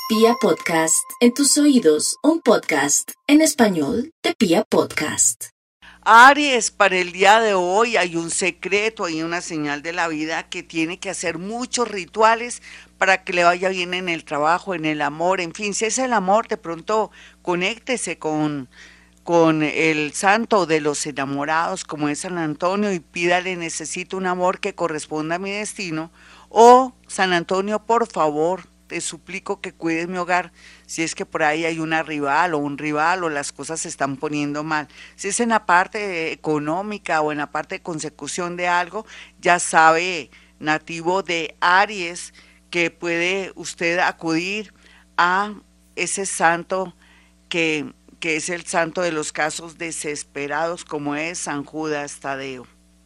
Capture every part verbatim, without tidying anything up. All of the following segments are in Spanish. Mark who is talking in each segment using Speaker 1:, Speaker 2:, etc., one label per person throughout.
Speaker 1: Pia Podcast, en tus oídos, un podcast en español de Pia Podcast.
Speaker 2: Aries, para el día de hoy hay un secreto, hay una señal de la vida que tiene que hacer muchos rituales para que le vaya bien en el trabajo, en el amor, en fin, si es el amor, de pronto conéctese con, con el santo de los enamorados, como es San Antonio, y pídale, necesito un amor que corresponda a mi destino, o San Antonio, por favor, te suplico que cuides mi hogar, si es que por ahí hay una rival o un rival o las cosas se están poniendo mal. Si es en la parte económica o en la parte de consecución de algo, ya sabe, nativo de Aries, que puede usted acudir a ese santo que, que es el santo de los casos desesperados, como es San Judas Tadeo.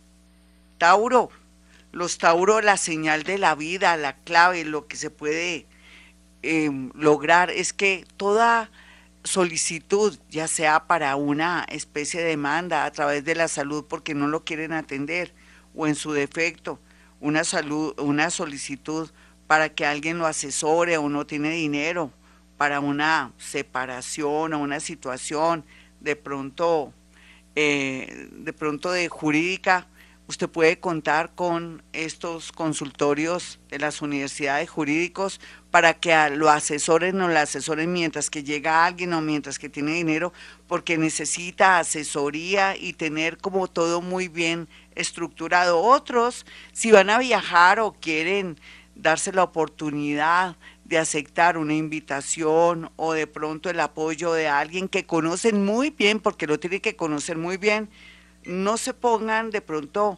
Speaker 2: Tauro, los Tauro, la señal de la vida, la clave, lo que se puede Eh, lograr es que toda solicitud, ya sea para una especie de demanda a través de la salud porque no lo quieren atender, o en su defecto, una salud, una solicitud para que alguien lo asesore o no tiene dinero para una separación o una situación de pronto, eh, de pronto de jurídica. Usted puede contar con estos consultorios de las universidades jurídicos para que lo asesoren o la asesoren mientras que llega alguien o mientras que tiene dinero, porque necesita asesoría y tener como todo muy bien estructurado. Otros, si van a viajar o quieren darse la oportunidad de aceptar una invitación o de pronto el apoyo de alguien que conocen muy bien, porque lo tienen que conocer muy bien, no se pongan de pronto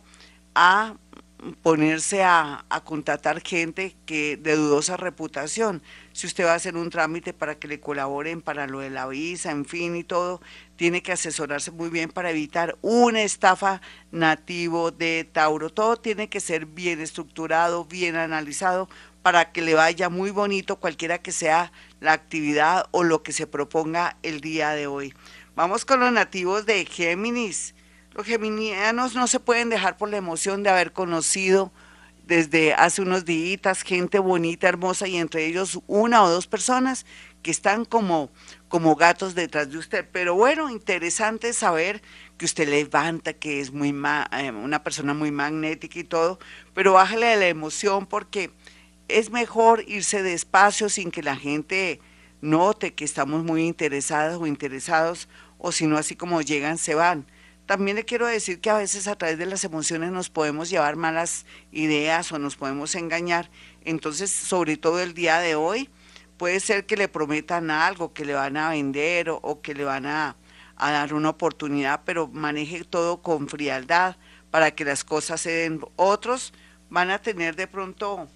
Speaker 2: a ponerse a, a contratar gente que de dudosa reputación. Si usted va a hacer un trámite para que le colaboren para lo de la visa, en fin y todo, tiene que asesorarse muy bien para evitar una estafa, nativo de Tauro. Todo tiene que ser bien estructurado, bien analizado para que le vaya muy bonito cualquiera que sea la actividad o lo que se proponga el día de hoy. Vamos con los nativos de Géminis. Los geminianos no se pueden dejar por la emoción de haber conocido desde hace unos días gente bonita, hermosa, y entre ellos una o dos personas que están como, como gatos detrás de usted. Pero bueno, interesante saber que usted levanta, que es muy ma- eh, una persona muy magnética y todo, pero bájale de la emoción porque es mejor irse despacio sin que la gente note que estamos muy interesadas o interesados, o si no, así como llegan, se van. También le quiero decir que a veces a través de las emociones nos podemos llevar malas ideas o nos podemos engañar. Entonces, sobre todo el día de hoy, puede ser que le prometan algo, que le van a vender o, o que le van a, a dar una oportunidad, pero maneje todo con frialdad para que las cosas se den. Otros van a tener de pronto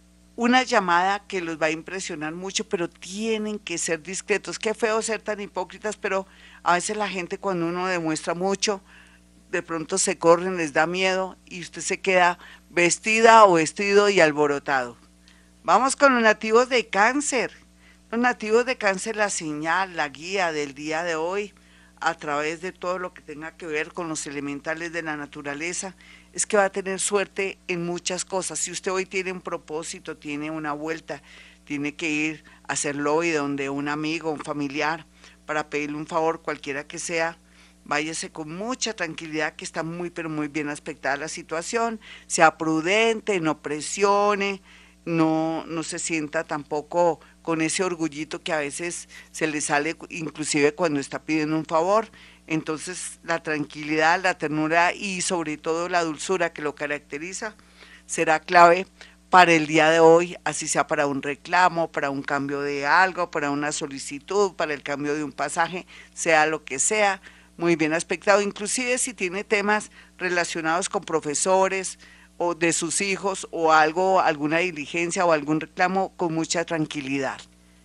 Speaker 2: una llamada que los va a impresionar mucho, pero tienen que ser discretos. Qué feo ser tan hipócritas, pero a veces la gente cuando uno demuestra mucho, de pronto se corren, les da miedo y usted se queda vestida o vestido y alborotado. Vamos con los nativos de Cáncer. Los nativos de Cáncer, la señal, la guía del día de hoy, a través de todo lo que tenga que ver con los elementales de la naturaleza, es que va a tener suerte en muchas cosas. Si usted hoy tiene un propósito, tiene una vuelta, tiene que ir a hacerlo hoy donde un amigo, un familiar, para pedirle un favor, cualquiera que sea, váyase con mucha tranquilidad, que está muy, pero muy bien aspectada la situación, sea prudente, no presione, no, no se sienta tampoco con ese orgullito que a veces se le sale inclusive cuando está pidiendo un favor. Entonces la tranquilidad, la ternura y sobre todo la dulzura que lo caracteriza será clave para el día de hoy, así sea para un reclamo, para un cambio de algo, para una solicitud, para el cambio de un pasaje, sea lo que sea, muy bien aspectado, inclusive si tiene temas relacionados con profesores o de sus hijos o algo, alguna diligencia o algún reclamo, con mucha tranquilidad.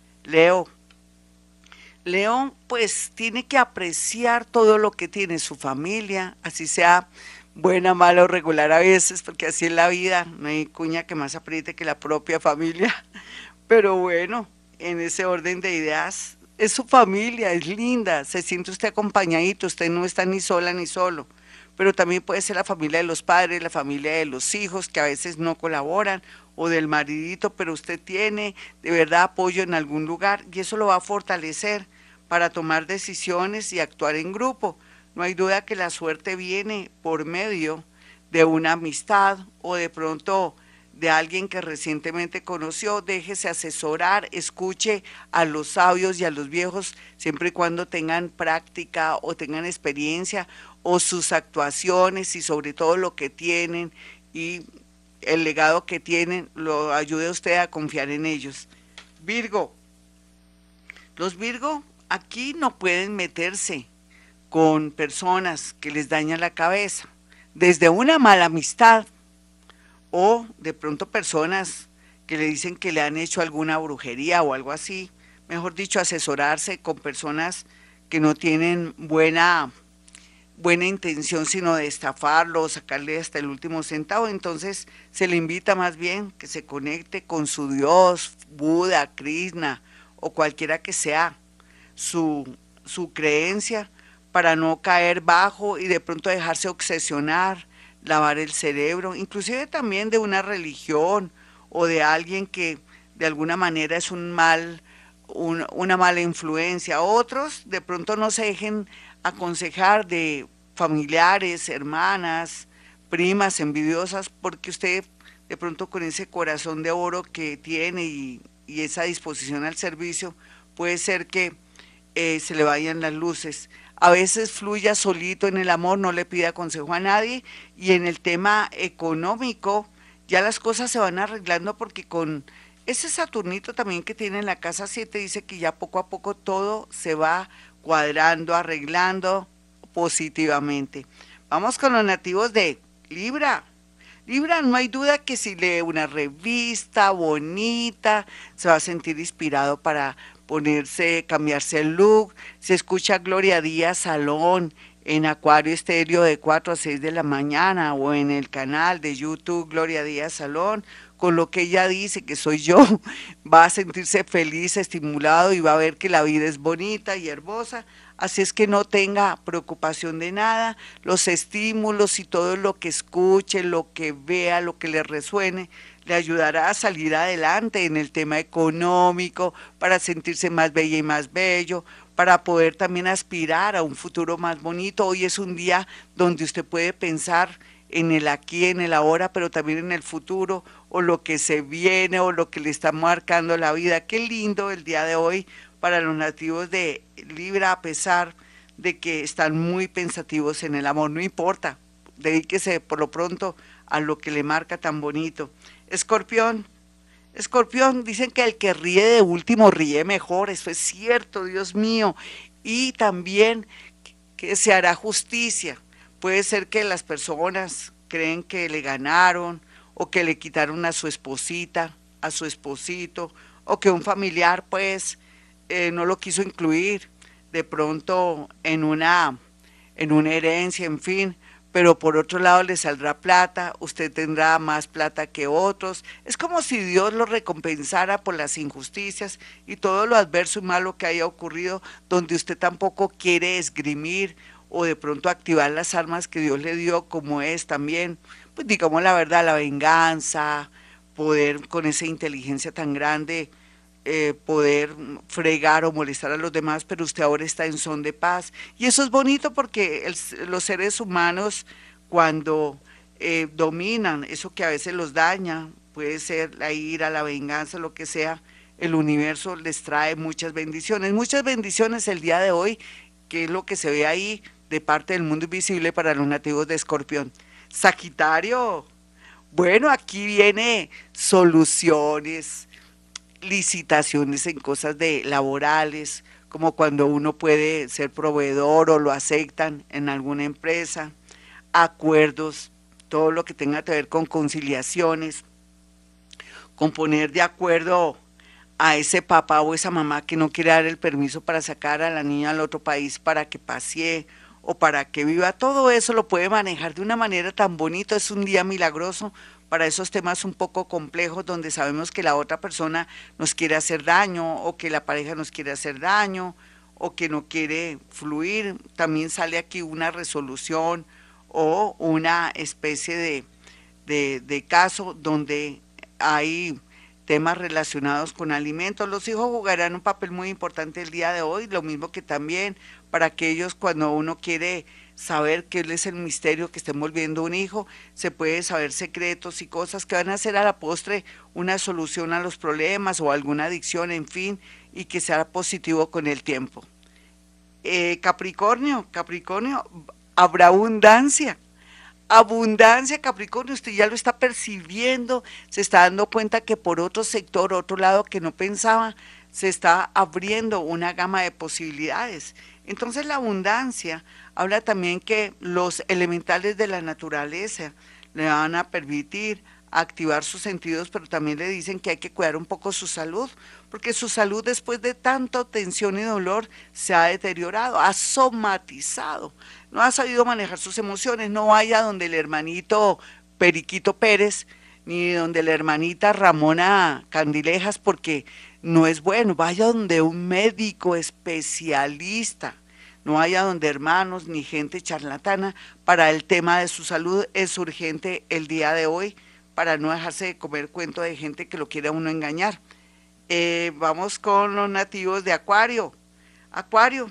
Speaker 2: Leo. Leo, pues tiene que apreciar todo lo que tiene su familia, así sea buena, mala o regular a veces, porque así es la vida, no hay cuña que más apriete que la propia familia, pero bueno, en ese orden de ideas, es su familia, es linda, se siente usted acompañadito, usted no está ni sola ni solo, pero también puede ser la familia de los padres, la familia de los hijos, que a veces no colaboran, o del maridito, pero usted tiene de verdad apoyo en algún lugar y eso lo va a fortalecer para tomar decisiones y actuar en grupo. No hay duda que la suerte viene por medio de una amistad o de pronto de alguien que recientemente conoció. Déjese asesorar, escuche a los sabios y a los viejos siempre y cuando tengan práctica o tengan experiencia o sus actuaciones y sobre todo lo que tienen y el legado que tienen lo ayude a usted a confiar en ellos. Virgo, los Virgo aquí no pueden meterse con personas que les dañan la cabeza, desde una mala amistad o de pronto personas que le dicen que le han hecho alguna brujería o algo así. Mejor dicho, asesorarse con personas que no tienen buena, buena intención, sino de estafarlo o sacarle hasta el último centavo. Entonces se le invita más bien que se conecte con su Dios, Buda, Krishna o cualquiera que sea su, su creencia, para no caer bajo y de pronto dejarse obsesionar, lavar el cerebro, inclusive también de una religión o de alguien que de alguna manera es un mal, un, una mala influencia. Otros de pronto no se dejen aconsejar de familiares, hermanas, primas envidiosas, porque usted de pronto con ese corazón de oro que tiene y, y esa disposición al servicio, puede ser que eh, se le vayan las luces. A veces fluya solito en el amor, no le pida consejo a nadie, y en el tema económico ya las cosas se van arreglando porque con ese Saturnito también que tiene en la casa siete dice que ya poco a poco todo se va cuadrando, arreglando positivamente. Vamos con los nativos de Libra. Libra, no hay duda que si lee una revista bonita, se va a sentir inspirado para ponerse, cambiarse el look. Se escucha Gloria Díaz Salón en Acuario Estéreo de cuatro a seis de la mañana o en el canal de YouTube Gloria Díaz Salón, con lo que ella dice que soy yo, va a sentirse feliz, estimulado y va a ver que la vida es bonita y hermosa. Así es que no tenga preocupación de nada, los estímulos y todo lo que escuche, lo que vea, lo que le resuene, le ayudará a salir adelante en el tema económico, para sentirse más bella y más bello, para poder también aspirar a un futuro más bonito. Hoy es un día donde usted puede pensar en el aquí, en el ahora, pero también en el futuro, o lo que se viene, o lo que le está marcando la vida. Qué lindo el día de hoy para los nativos de Libra, a pesar de que están muy pensativos en el amor. No importa, dedíquese por lo pronto a lo que le marca tan bonito. Escorpión, Escorpión, dicen que el que ríe de último ríe mejor, eso es cierto, Dios mío, y también que se hará justicia. Puede ser que las personas creen que le ganaron o que le quitaron a su esposita, a su esposito, o que un familiar pues eh, no lo quiso incluir de pronto en una, en una herencia, en fin, pero por otro lado le saldrá plata, usted tendrá más plata que otros. Es como si Dios lo recompensara por las injusticias y todo lo adverso y malo que haya ocurrido, donde usted tampoco quiere esgrimir o de pronto activar las armas que Dios le dio, como es también, pues digamos la verdad, la venganza, poder con esa inteligencia tan grande, eh, poder fregar o molestar a los demás, pero usted ahora está en son de paz. Y eso es bonito porque el, los seres humanos cuando eh, dominan eso que a veces los daña, puede ser la ira, la venganza, lo que sea, el universo les trae muchas bendiciones. Muchas bendiciones el día de hoy, que es lo que se ve ahí de parte del mundo invisible para los nativos de Escorpión. Sagitario, bueno, aquí viene soluciones, licitaciones en cosas de laborales, como cuando uno puede ser proveedor o lo aceptan en alguna empresa, acuerdos, todo lo que tenga que ver con conciliaciones, con poner de acuerdo a ese papá o esa mamá que no quiere dar el permiso para sacar a la niña al otro país para que pasee o para que viva. Todo eso lo puede manejar de una manera tan bonita. Es un día milagroso para esos temas un poco complejos donde sabemos que la otra persona nos quiere hacer daño o que la pareja nos quiere hacer daño o que no quiere fluir. También sale aquí una resolución o una especie de, de, de caso donde hay temas relacionados con alimentos. Los hijos jugarán un papel muy importante el día de hoy, lo mismo que también para aquellos cuando uno quiere saber qué es el misterio que está envolviendo un hijo, se puede saber secretos y cosas que van a hacer a la postre una solución a los problemas o alguna adicción, en fin, y que sea positivo con el tiempo. Eh, Capricornio, Capricornio, habrá abundancia. Abundancia, Capricornio, usted ya lo está percibiendo, se está dando cuenta que por otro sector, otro lado que no pensaba, se está abriendo una gama de posibilidades. Entonces la abundancia habla también que los elementales de la naturaleza le van a permitir activar sus sentidos, pero también le dicen que hay que cuidar un poco su salud, porque su salud después de tanta tensión y dolor se ha deteriorado, ha somatizado, no ha sabido manejar sus emociones. No vaya donde el hermanito Periquito Pérez, ni donde la hermanita Ramona Candilejas, porque no es bueno. Vaya donde un médico especialista, no vaya donde hermanos ni gente charlatana. Para el tema de su salud es urgente el día de hoy, para no dejarse de comer cuento de gente que lo quiere a uno engañar. Eh, vamos con los nativos de Acuario. Acuario,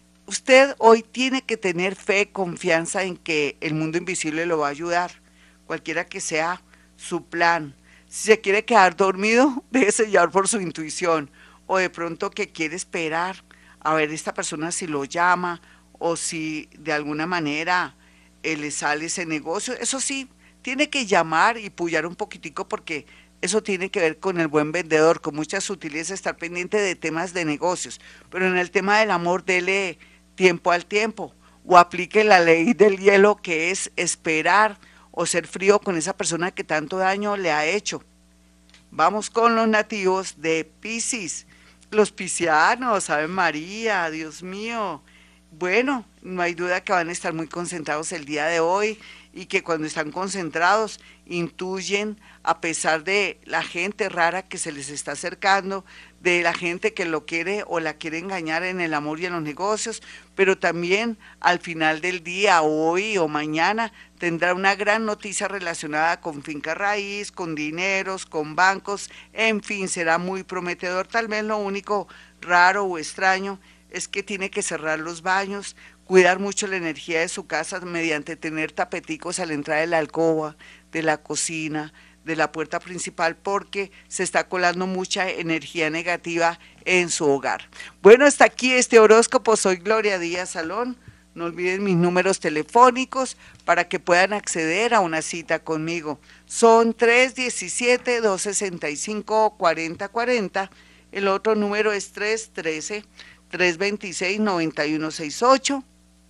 Speaker 2: usted hoy tiene que tener fe, confianza en que el mundo invisible lo va a ayudar, cualquiera que sea su plan. Si se quiere quedar dormido, déjese llevar por su intuición, o de pronto que quiere esperar a ver esta persona si lo llama, o si de alguna manera eh, le sale ese negocio. Eso sí, tiene que llamar y pullar un poquitico, porque eso tiene que ver con el buen vendedor, con mucha sutileza, estar pendiente de temas de negocios. Pero en el tema del amor, dele tiempo al tiempo, o aplique la ley del hielo, que es esperar o ser frío con esa persona que tanto daño le ha hecho. Vamos con los nativos de Piscis. Los piscianos, Ave María, Dios mío. Bueno, no hay duda que van a estar muy concentrados el día de hoy, y que cuando están concentrados intuyen, a pesar de la gente rara que se les está acercando, de la gente que lo quiere o la quiere engañar en el amor y en los negocios, pero también al final del día, hoy o mañana, tendrá una gran noticia relacionada con finca raíz, con dineros, con bancos, en fin, será muy prometedor. Tal vez lo único raro o extraño es que tiene que cerrar los baños, cuidar mucho la energía de su casa mediante tener tapeticos a la entrada de la alcoba, de la cocina, de la puerta principal, porque se está colando mucha energía negativa en su hogar. Bueno, hasta aquí este horóscopo. Soy Gloria Díaz Salón. No olviden mis números telefónicos para que puedan acceder a una cita conmigo. Son tres uno siete, dos seis cinco, cuatro cero cuatro cero. El otro número es tres uno tres, tres dos seis, nueve uno seis ocho.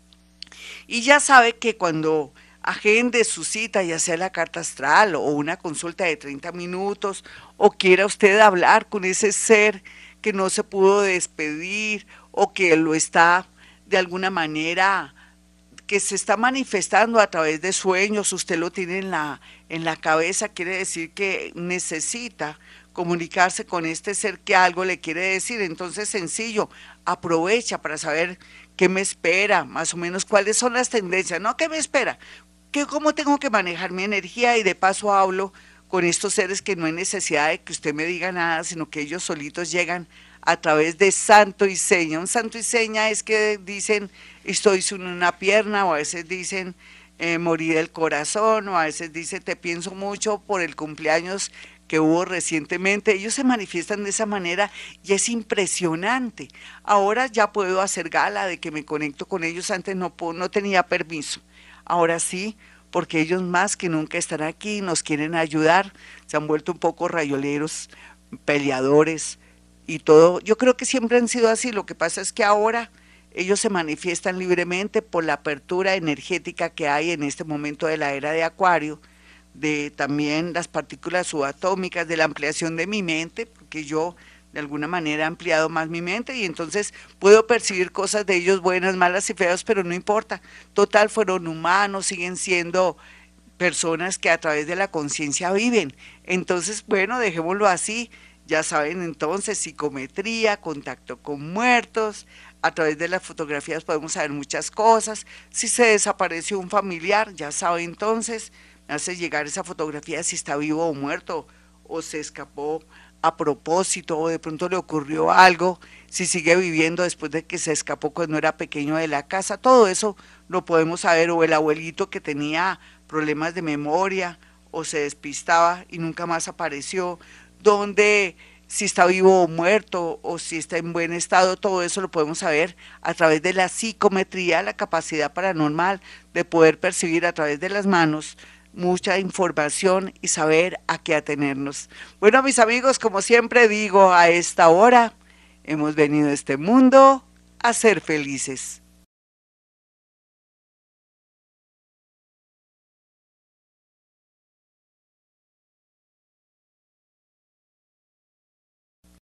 Speaker 2: Y ya sabe que cuando agende su cita, ya sea la carta astral o una consulta de treinta minutos, o quiera usted hablar con ese ser que no se pudo despedir, o que lo está de alguna manera, que se está manifestando a través de sueños, usted lo tiene en la, en la cabeza, quiere decir que necesita comunicarse con este ser que algo le quiere decir. Entonces, sencillo, aprovecha para saber qué me espera, más o menos cuáles son las tendencias, no qué me espera, que cómo tengo que manejar mi energía, y de paso hablo con estos seres que no hay necesidad de que usted me diga nada, sino que ellos solitos llegan a través de santo y seña. Un santo y seña es que dicen estoy sin una pierna, o a veces dicen eh, morí del corazón, o a veces dicen te pienso mucho por el cumpleaños que hubo recientemente. Ellos se manifiestan de esa manera y es impresionante. Ahora ya puedo hacer gala de que me conecto con ellos, antes no, no tenía permiso. Ahora sí, porque ellos más que nunca están aquí, nos quieren ayudar, se han vuelto un poco rayoleros, peleadores y todo. Yo creo que siempre han sido así, lo que pasa es que ahora ellos se manifiestan libremente por la apertura energética que hay en este momento de la era de Acuario, de también las partículas subatómicas, de la ampliación de mi mente, porque yo de alguna manera he ampliado más mi mente, y entonces puedo percibir cosas de ellos buenas, malas y feas, pero no importa. Total, fueron humanos, siguen siendo personas que a través de la conciencia viven. Entonces, bueno, dejémoslo así. Ya saben, entonces, psicometría, contacto con muertos, a través de las fotografías podemos saber muchas cosas. Si se desapareció un familiar, ya sabe entonces, me hace llegar esa fotografía si está vivo o muerto, o se escapó a propósito o de pronto le ocurrió algo, si sigue viviendo después de que se escapó cuando era pequeño de la casa, todo eso lo podemos saber, o el abuelito que tenía problemas de memoria o se despistaba y nunca más apareció, donde si está vivo o muerto o si está en buen estado, todo eso lo podemos saber a través de la psicometría, la capacidad paranormal de poder percibir a través de las manos mucha información y saber a qué atenernos. Bueno, mis amigos, como siempre digo, a esta hora hemos venido a este mundo a ser felices.